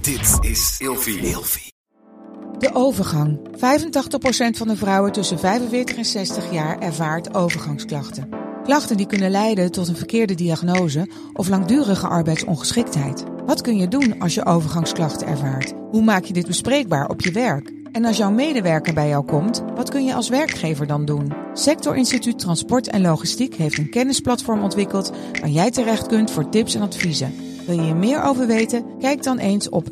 Dit is Ilfie. De overgang. 85% van de vrouwen tussen 45 en 60 jaar ervaart overgangsklachten. Klachten die kunnen leiden tot een verkeerde diagnose of langdurige arbeidsongeschiktheid. Wat kun je doen als je overgangsklachten ervaart? Hoe maak je dit bespreekbaar op je werk? En als jouw medewerker bij jou komt, wat kun je als werkgever dan doen? Sectorinstituut Transport en Logistiek heeft een kennisplatform ontwikkeld waar jij terecht kunt voor tips en adviezen. Wil je hier meer over weten? Kijk dan eens op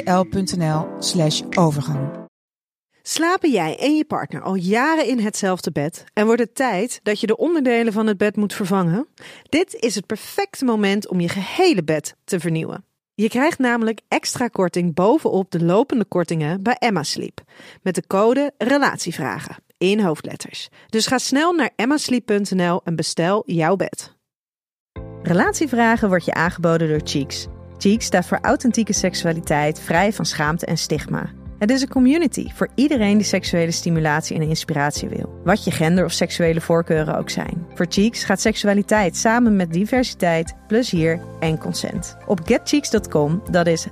stl.nl/overgang. Slapen jij en je partner al jaren in hetzelfde bed en wordt het tijd dat je de onderdelen van het bed moet vervangen? Dit is het perfecte moment om je gehele bed te vernieuwen. Je krijgt namelijk extra korting bovenop de lopende kortingen bij Emma Sleep. Met de code RELATIEVRAGEN in hoofdletters. Dus ga snel naar emmasleep.nl en bestel jouw bed. Relatievragen wordt je aangeboden door Cheeks. Cheeks staat voor authentieke seksualiteit, vrij van schaamte en stigma. Het is een community voor iedereen die seksuele stimulatie en inspiratie wil. Wat je gender of seksuele voorkeuren ook zijn. Voor Cheeks gaat seksualiteit samen met diversiteit, plezier en consent. Op getcheeks.com, dat is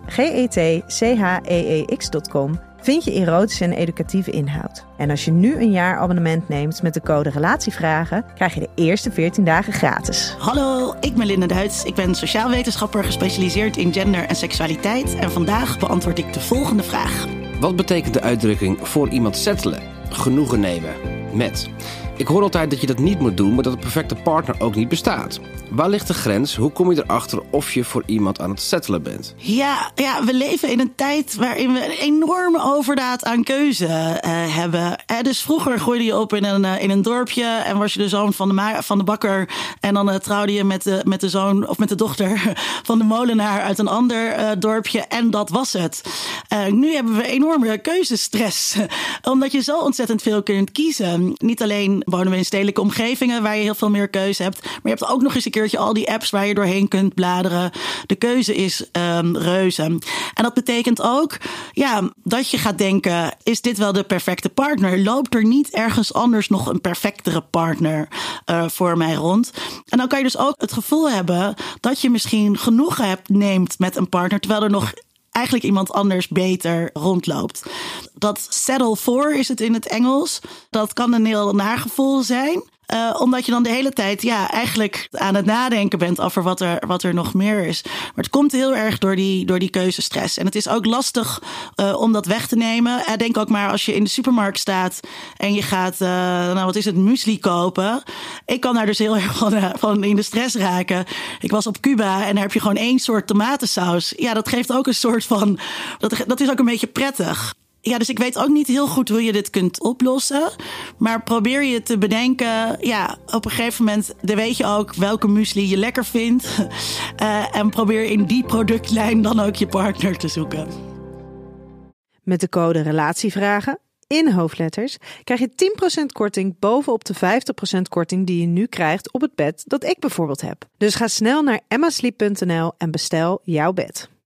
getcheeks.com, vind je erotische en educatieve inhoud. En als je nu een jaar abonnement neemt met de code RELATIEVRAGEN, krijg je de eerste 14 dagen gratis. Hallo, ik ben Linda Duits. Ik ben sociaal wetenschapper gespecialiseerd in gender en seksualiteit. En vandaag beantwoord ik de volgende vraag. Wat betekent de uitdrukking voor iemand settelen? Genoegen nemen met. Ik hoor altijd dat je dat niet moet doen, maar dat de perfecte partner ook niet bestaat. Waar ligt de grens? Hoe kom je erachter of je voor iemand aan het settelen bent? Ja, we leven in een tijd waarin we een enorme overdaad aan keuze hebben. Dus vroeger groeide je op in een dorpje en was je de zoon van de bakker. En dan trouwde je met de zoon of met de dochter van de molenaar uit een ander dorpje. En dat was het. Nu hebben we enorme keuzestress. Omdat je zo ontzettend veel kunt kiezen. Niet alleen wonen we in stedelijke omgevingen waar je heel veel meer keuze hebt. Maar je hebt ook nog eens een keertje al die apps waar je doorheen kunt bladeren. De keuze is reuze. En dat betekent ook dat je gaat denken, is dit wel de perfecte partner? Loopt er niet ergens anders nog een perfectere partner voor mij rond? En dan kan je dus ook het gevoel hebben dat je misschien genoegen neemt met een partner, terwijl er nog eigenlijk iemand anders beter rondloopt. Dat settle for is het in het Engels. Dat kan een heel nagevoel zijn. Omdat je dan de hele tijd eigenlijk aan het nadenken bent over wat er nog meer is. Maar het komt heel erg door die keuzestress. En het is ook lastig om dat weg te nemen. Denk ook maar als je in de supermarkt staat en je gaat, muesli kopen. Ik kan daar dus heel erg van in de stress raken. Ik was op Cuba en daar heb je gewoon 1 soort tomatensaus. Ja, dat geeft ook een soort van, dat is ook een beetje prettig. Ja, dus ik weet ook niet heel goed hoe je dit kunt oplossen. Maar probeer je te bedenken. Ja, op een gegeven moment weet je ook welke muesli je lekker vindt. En probeer in die productlijn dan ook je partner te zoeken. Met de code RELATIEVRAGEN in hoofdletters krijg je 10% korting bovenop de 50% korting die je nu krijgt op het bed dat ik bijvoorbeeld heb. Dus ga snel naar emmasleep.nl en bestel jouw bed.